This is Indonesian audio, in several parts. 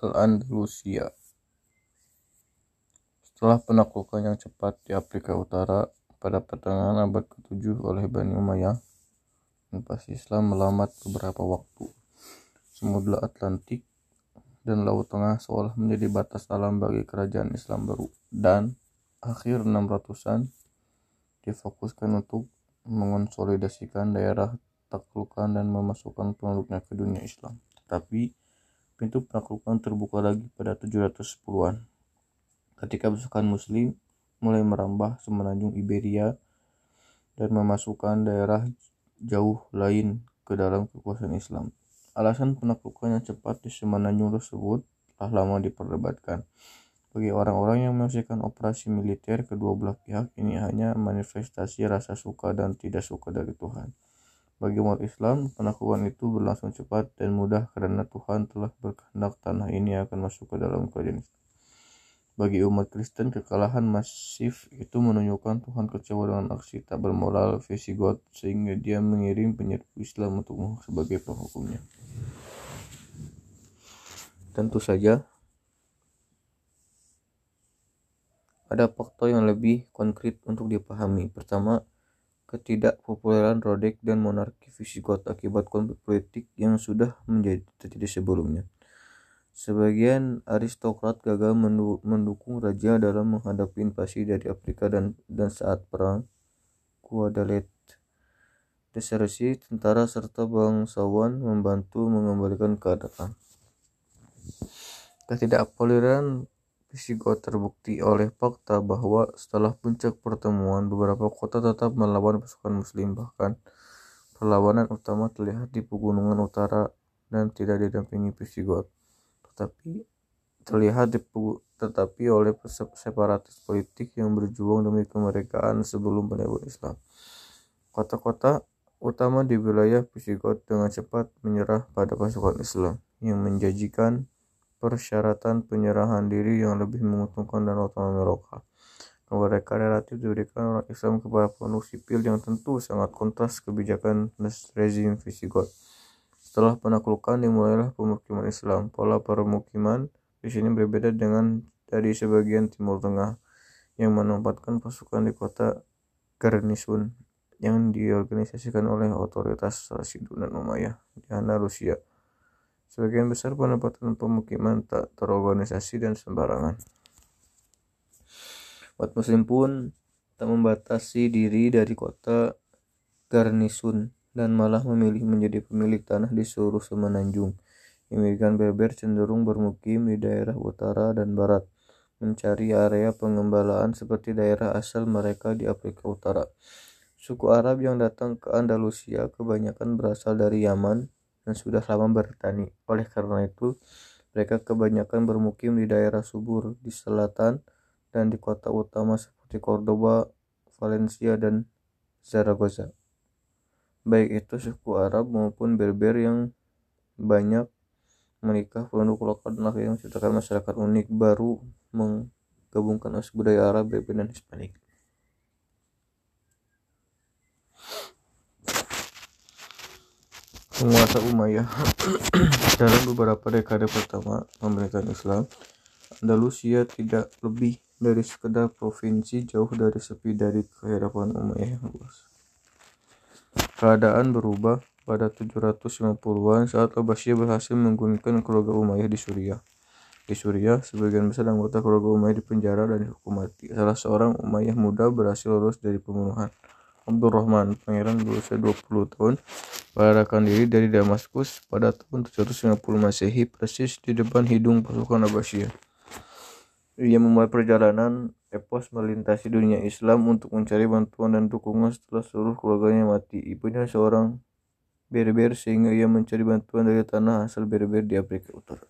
Al-Andalusia. Setelah penaklukan yang cepat di Afrika Utara pada pertengahan abad ke-7 oleh Bani Umayyah, invasi Islam melambat beberapa waktu. Samudra Atlantik dan Laut Tengah seolah menjadi batas alam bagi kerajaan Islam baru, dan akhir 600-an difokuskan untuk mengonsolidasikan daerah taklukan dan memasukkan penduduknya ke dunia Islam. Tetapi pintu penaklukan terbuka lagi pada 710-an ketika pasukan Muslim mulai merambah semenanjung Iberia dan memasukkan daerah jauh lain ke dalam kekuasaan Islam. Alasan penaklukan yang cepat di semenanjung tersebut telah lama diperdebatkan. Bagi orang-orang yang menyaksikan operasi militer kedua belah pihak, ini hanya manifestasi rasa suka dan tidak suka dari Tuhan. Bagi umat Islam, penaklukan itu berlangsung cepat dan mudah karena Tuhan telah berkehendak tanah ini akan masuk ke dalam kerajaan Islam. Bagi umat Kristen, kekalahan masif itu menunjukkan Tuhan kecewa dengan aksi tak bermoral Visigoth, sehingga dia mengirim penyerbu Islam untuk sebagai penghukumnya. Tentu saja, ada faktor yang lebih konkret untuk dipahami. Pertama, ketidakpopuleran Roderick dan monarki Visigoth akibat konflik politik yang sudah terjadi sebelumnya. Sebagian aristokrat gagal mendukung raja dalam menghadapi invasi dari Afrika dan saat perang Guadalete. Desersi tentara serta bangsawan membantu mengembalikan keadaan. Ketidakpopuleran Visigoth terbukti oleh fakta bahwa setelah puncak pertemuan, beberapa kota tetap melawan pasukan Muslim. Bahkan perlawanan utama terlihat di pegunungan utara dan tidak didampingi Visigoth, tetapi oleh separatis politik yang berjuang demi kemerdekaan sebelum penebusan Islam. Kota-kota utama di wilayah Visigoth dengan cepat menyerah pada pasukan Islam, yang menjanjikan persyaratan penyerahan diri yang lebih menguntungkan dan otonomi lokal. Kemerdekaan relatif diberikan orang Islam kepada penduduk sipil yang tentu sangat kontras kebijakan rezim Visigoth. Setelah penaklukan dimulailah pemukiman Islam. Pola permukiman di sini berbeda dari sebagian Timur Tengah yang menempatkan pasukan di kota garnison yang diorganisasikan oleh otoritas Rasidun dan Umayyah di Andalusia. Sebagian besar penempatan pemukiman tak terorganisasi dan sembarangan. Umat Muslim pun tak membatasi diri dari kota garnison dan malah memilih menjadi pemilik tanah di seluruh semenanjung. Imigran Berber cenderung bermukim di daerah utara dan barat, mencari area pengembalaan seperti daerah asal mereka di Afrika Utara. Suku Arab yang datang ke Andalusia kebanyakan berasal dari Yaman dan sudah lama bertani. Oleh karena itu, mereka kebanyakan bermukim di daerah subur di selatan dan di kota utama seperti Cordoba, Valencia, dan Zaragoza. Baik itu suku Arab maupun Berber yang banyak menikah penduduk lokal dan akhirnya menciptakan masyarakat unik baru menggabungkan unsur budaya Arab, Berber, dan Hispanik. Penguasa Umayyah. Dalam beberapa dekade pertama pemerintahan Islam, Andalusia tidak lebih dari sekedar provinsi jauh dari sepi dari kehidupan Umayyah yang luas. Keadaan berubah pada 750-an saat Abbasiyah berhasil menggulingkan keluarga Umayyah di Suriah. Di Suriah, sebagian besar anggota keluarga Umayyah dipenjara dan dihukum mati. Salah seorang Umayyah muda berhasil lolos dari pembunuhan. Abdurrahman, pangeran berusia 20 tahun, melarikan diri dari Damaskus pada tahun 750 Masehi, persis di depan hidung pasukan Abbasiyah. Ia memulai perjalanan epos melintasi dunia Islam untuk mencari bantuan dan dukungan setelah seluruh keluarganya mati. Ibunya seorang Berber, sehingga ia mencari bantuan dari tanah asal Berber di Afrika Utara.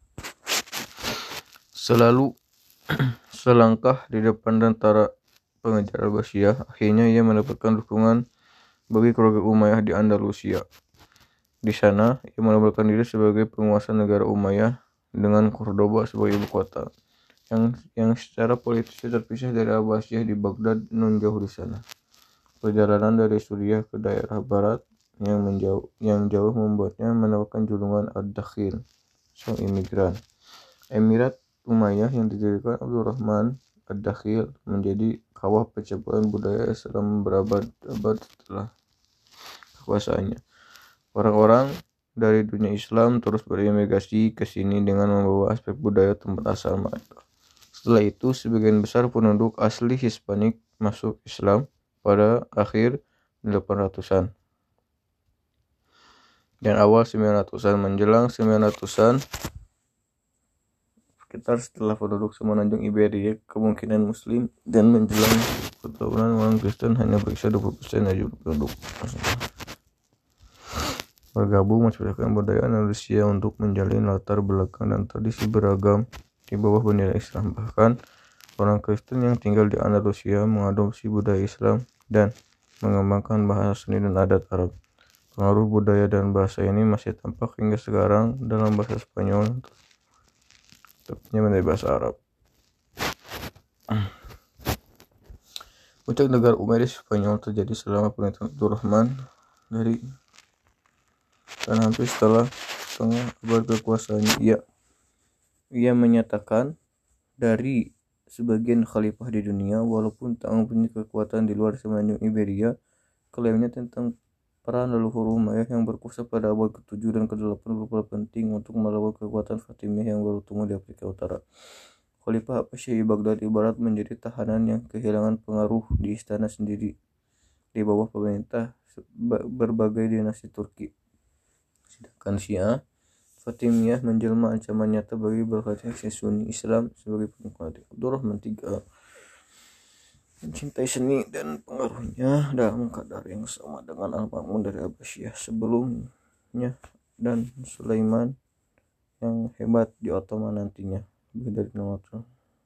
Selalu selangkah di depan tentara pengejar Abbasiyah, akhirnya ia mendapatkan dukungan bagi keluarga Umayyah di Andalusia. Di sana, ia melaporkan diri sebagai penguasa negara Umayyah dengan Cordoba sebagai ibu kota, yang secara politis terpisah dari Abbasiyah di Baghdad non jauh di sana. Perjalanan dari Suriah ke daerah barat yang jauh membuatnya mendapatkan julukan Ad-Dakhil, sang imigran. Emirat Umayyah yang didirikan Abdurrahman Ad-Dakhil menjadi kawah percobaan budaya Islam berabad-abad setelah kekuasaannya. Orang-orang dari dunia Islam terus berimigrasi ke sini dengan membawa aspek budaya tempat asal mereka. Setelah itu, sebagian besar penduduk asli Hispanik masuk Islam pada akhir 800-an dan awal 900-an. Menjelang 900-an, sekitar setelah penduduk semenanjung Iberia kemungkinan Muslim, dan menjelang pertahunan orang Kristen hanya berkisar 20% dari penduduk bergabung menciptakan budaya Andalusia untuk menjalin latar belakang dan tradisi beragam di bawah bendera Islam. Bahkan orang Kristen yang tinggal di Andalusia mengadopsi budaya Islam dan mengembangkan bahasa, seni, dan adat Arab. Pengaruh budaya dan bahasa ini masih tampak hingga sekarang dalam bahasa Spanyol, tepatnya menjadi bahasa Arab. Puncak negara Umayyad Spanyol terjadi selama pemerintahan Abdurrahman dari dan hampir setelah setengah abad kekuasaannya. Ia menyatakan dari sebagian khalifah di dunia, walaupun tak mempunyai kekuatan di luar semenanjung Iberia. Klaimnya tentang peran leluhur Umayyah yang berkuasa pada abad ke-7 dan ke-8 berupa penting untuk melawan kekuatan Fatimiyah yang baru tumbuh di Afrika Utara. Khalifah Abbasiyah Baghdad ibarat menjadi tahanan yang kehilangan pengaruh di istana sendiri di bawah pemerintah berbagai dinasti Turki. Sedangkan Syiah Fatimiyah menjelma ancaman nyata bagi berkaitan Sunni Islam sebagai pendukung Abdurrahman III. Mencintai seni dan pengaruhnya dalam kadar yang sama dengan Al-Ma'mun dari Abbasiyah sebelumnya dan Sulaiman yang hebat di Ottoman nantinya. Lebih dari 6 tahun.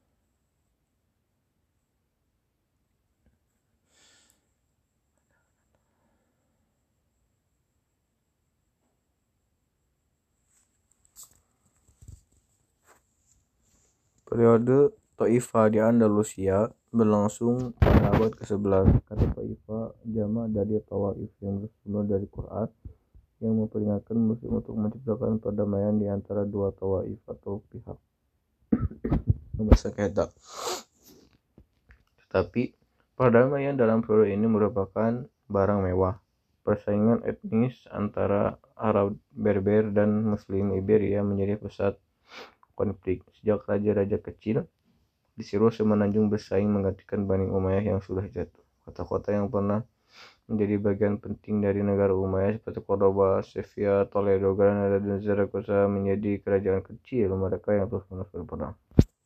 Periode Taifah di Andalusia berlangsung pada abad ke-11. Kata Taifah jamak dari Tawaif yang bersumber dari Quran yang memperingatkan Muslim untuk menciptakan perdamaian di antara dua Tawaif atau pihak bersengketa. Tetapi perdamaian dalam periode ini merupakan barang mewah. Persaingan etnis antara Arab Berber dan Muslim Iberia menjadi pusat konflik. Sejak raja-raja kecil di seluruh semenanjung bersaing menggantikan Bani Umayyah yang sudah jatuh. Kota-kota yang pernah menjadi bagian penting dari negara Umayyah seperti Cordoba, Sevilla, Toledo, Granada, dan Zaragoza menjadi kerajaan kecil mereka yang terus-menerus berperang.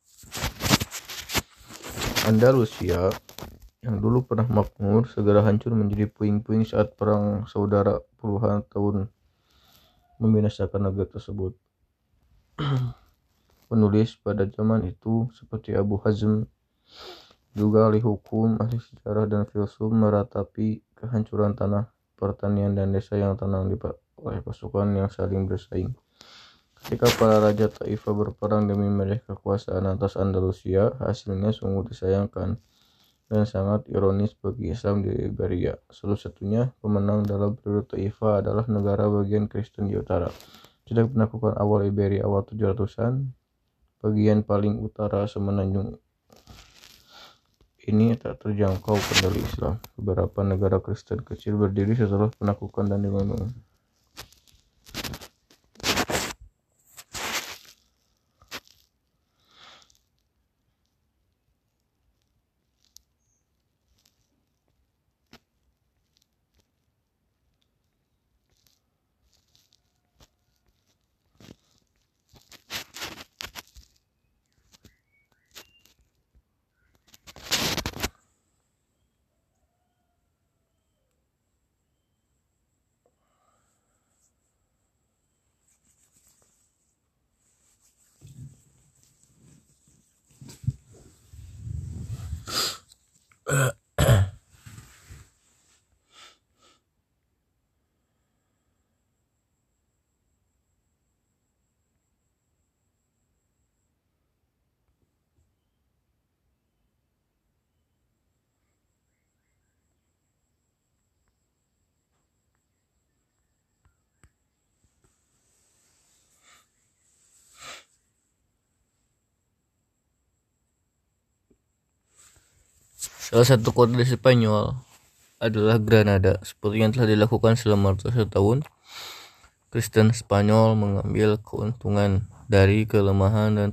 Andalusia yang dulu pernah makmur segera hancur menjadi puing-puing saat perang saudara puluhan tahun membinasakan negara tersebut. Penulis pada zaman itu seperti Abu Hazm, juga ahli hukum, ahli sejarah, dan filsuf meratapi kehancuran tanah pertanian dan desa yang tenang oleh pasukan yang saling bersaing. Ketika para raja Taifah berperang demi meraih kekuasaan atas Andalusia, hasilnya sungguh disayangkan dan sangat ironis bagi Islam di Iberia. Satu-satunya pemenang dalam periode Taifah adalah negara bagian Kristen di utara. Sejak penaklukan awal Iberia awal 700-an, bagian paling utara semenanjung ini tak terjangkau kendali Islam. Beberapa negara Kristen kecil berdiri setelah penaklukan dan dilindungi. Salah satu kota di Spanyol adalah Granada. Seperti yang telah dilakukan selama ratusan tahun, Kristen Spanyol mengambil keuntungan dari kelemahan dan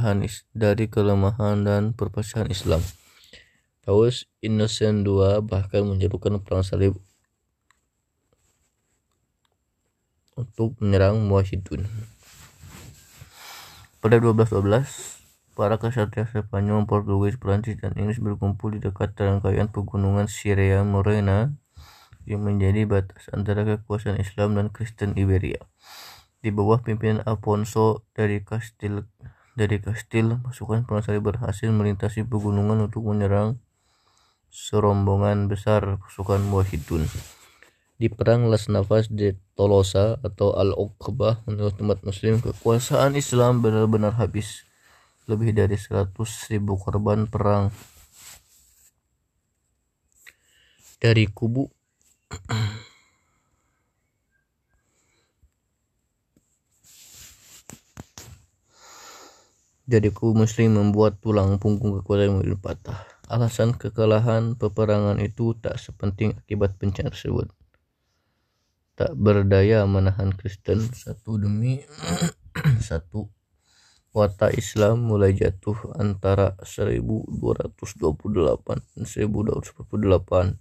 perpecahan Islam. Paus Innocent II bahkan menyerukan perang salib untuk menyerang Muwahhidun. Pada 1212, para ksatria Spanyol, Portugis, Prancis, dan Inggris berkumpul di dekat rangkaian pegunungan Sierra Morena yang menjadi batas antara kekuasaan Islam dan Kristen Iberia. Di bawah pimpinan Alfonso dari Kastil, pasukan perang salib berhasil melintasi pegunungan untuk menyerang serombongan besar pasukan Muwahhidun. Di perang Las Navas de Tolosa atau Al-Uqbah menurut umat muslim, kekuasaan Islam benar-benar habis. Lebih dari 100.000 korban perang dari kubu muslim membuat tulang punggung kekuatan muslim patah. Alasan kekalahan peperangan itu tak sepenting akibat bencana tersebut. Tak berdaya menahan Kristen satu demi satu, watak Islam mulai jatuh antara 1228 dan 1248.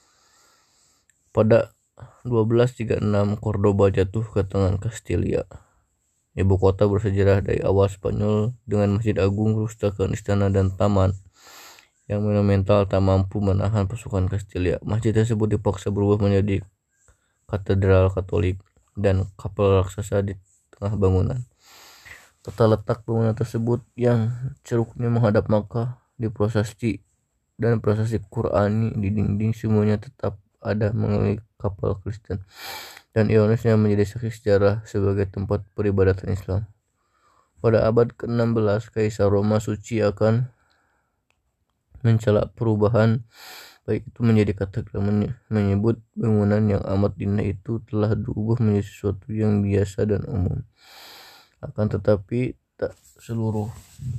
Pada 1236, Cordoba jatuh ke tangan Kastilia. Ibu kota bersejarah dari awal Spanyol dengan masjid agung, kerusakan istana, dan taman yang monumental tak mampu menahan pasukan Kastilia. Masjid tersebut dipaksa berubah menjadi katedral Katolik dan kapel raksasa di tengah bangunan. Tata letak bangunan tersebut yang ceruknya menghadap Makkah di prasasti dan prasasti Qurani di dinding semuanya tetap ada mengelilingi kapel Kristen, dan ironisnya menjadi saksi sejarah sebagai tempat peribadatan Islam. Pada abad ke-16, Kaisar Roma Suci akan mencela perubahan baik itu menjadi kata menyebut bangunan yang amat indah itu telah berubah menjadi sesuatu yang biasa dan umum. Akan tetapi tak seluruh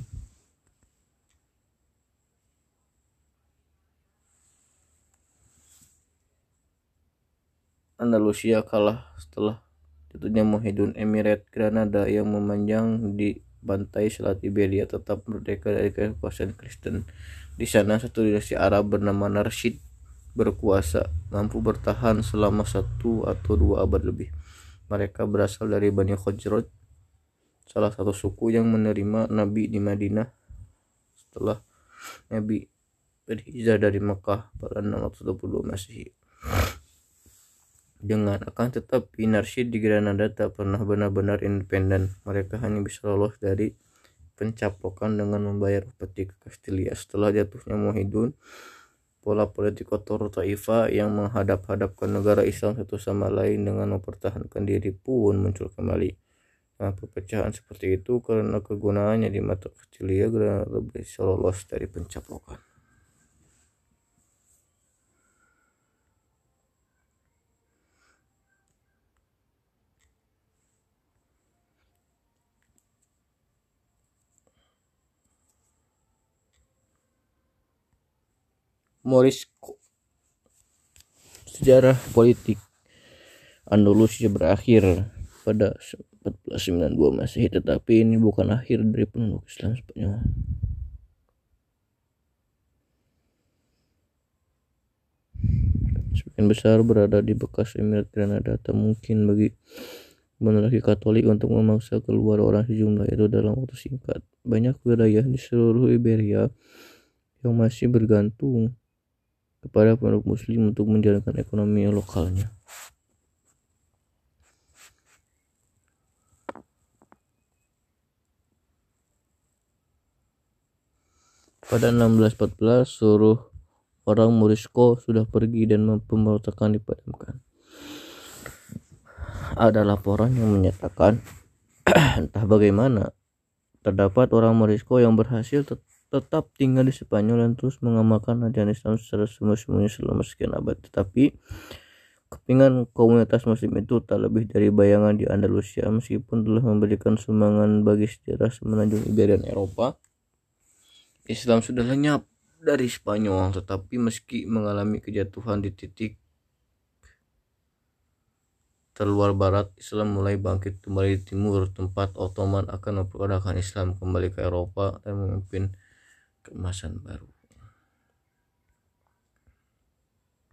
Andalusia kalah setelah jatuhnya Muwahhidun. Emirat Granada yang memanjang di pantai selat Iberia tetap merdeka dari kekuasaan Kristen. Di sana satu dinasti Arab bernama Narsid berkuasa, mampu bertahan selama 1 atau 2 abad lebih. Mereka berasal dari Bani Khazraj, salah satu suku yang menerima Nabi di Madinah setelah Nabi berhijrah dari Mekah pada 622 Masehi. Akan tetapi Narsid di Granada tak pernah benar-benar independen. Mereka hanya bisa lolos dari pencaplokan dengan membayar upeti ke Kastilia. Setelah jatuhnya Muwahhidun, pola politik otor Taifah yang menghadap-hadapkan negara Islam satu sama lain dengan mempertahankan diri pun muncul kembali. Nah, perpecahan seperti itu karena kegunaannya di mata Kastilia, Granada bisa lolos dari pencaplokan. Morisco. Sejarah politik Andalusia berakhir pada 1492 Masehi, tetapi ini bukan akhir dari penduduk Islam Spanyol. Sebagian besar berada di bekas Emirat Granada. Tak mungkin bagi monarki Katolik untuk memaksa keluar orang sejumlah itu dalam waktu singkat. Banyak wilayah di seluruh Iberia yang masih bergantung kepada penduduk muslim untuk menjalankan ekonomi lokalnya. Pada 1614, seluruh orang Morisco sudah pergi dan pemberontakan dipadamkan. Ada laporan yang menyatakan entah bagaimana terdapat orang Morisco yang berhasil tetap tinggal di Spanyol dan terus mengamalkan ajaran Islam secara sembunyi-sembunyi selama sekian abad. Tetapi kepingan komunitas muslim itu tak lebih dari bayangan di Andalusia. Meskipun telah memberikan sumbangan bagi sejarah semenanjung Iberia dan Eropa, Islam sudah lenyap dari Spanyol, tetapi meski mengalami kejatuhan di titik terluar barat, Islam mulai bangkit kembali di timur, tempat Ottoman akan memperkenalkan Islam kembali ke Eropa dan memimpin keemasan baru.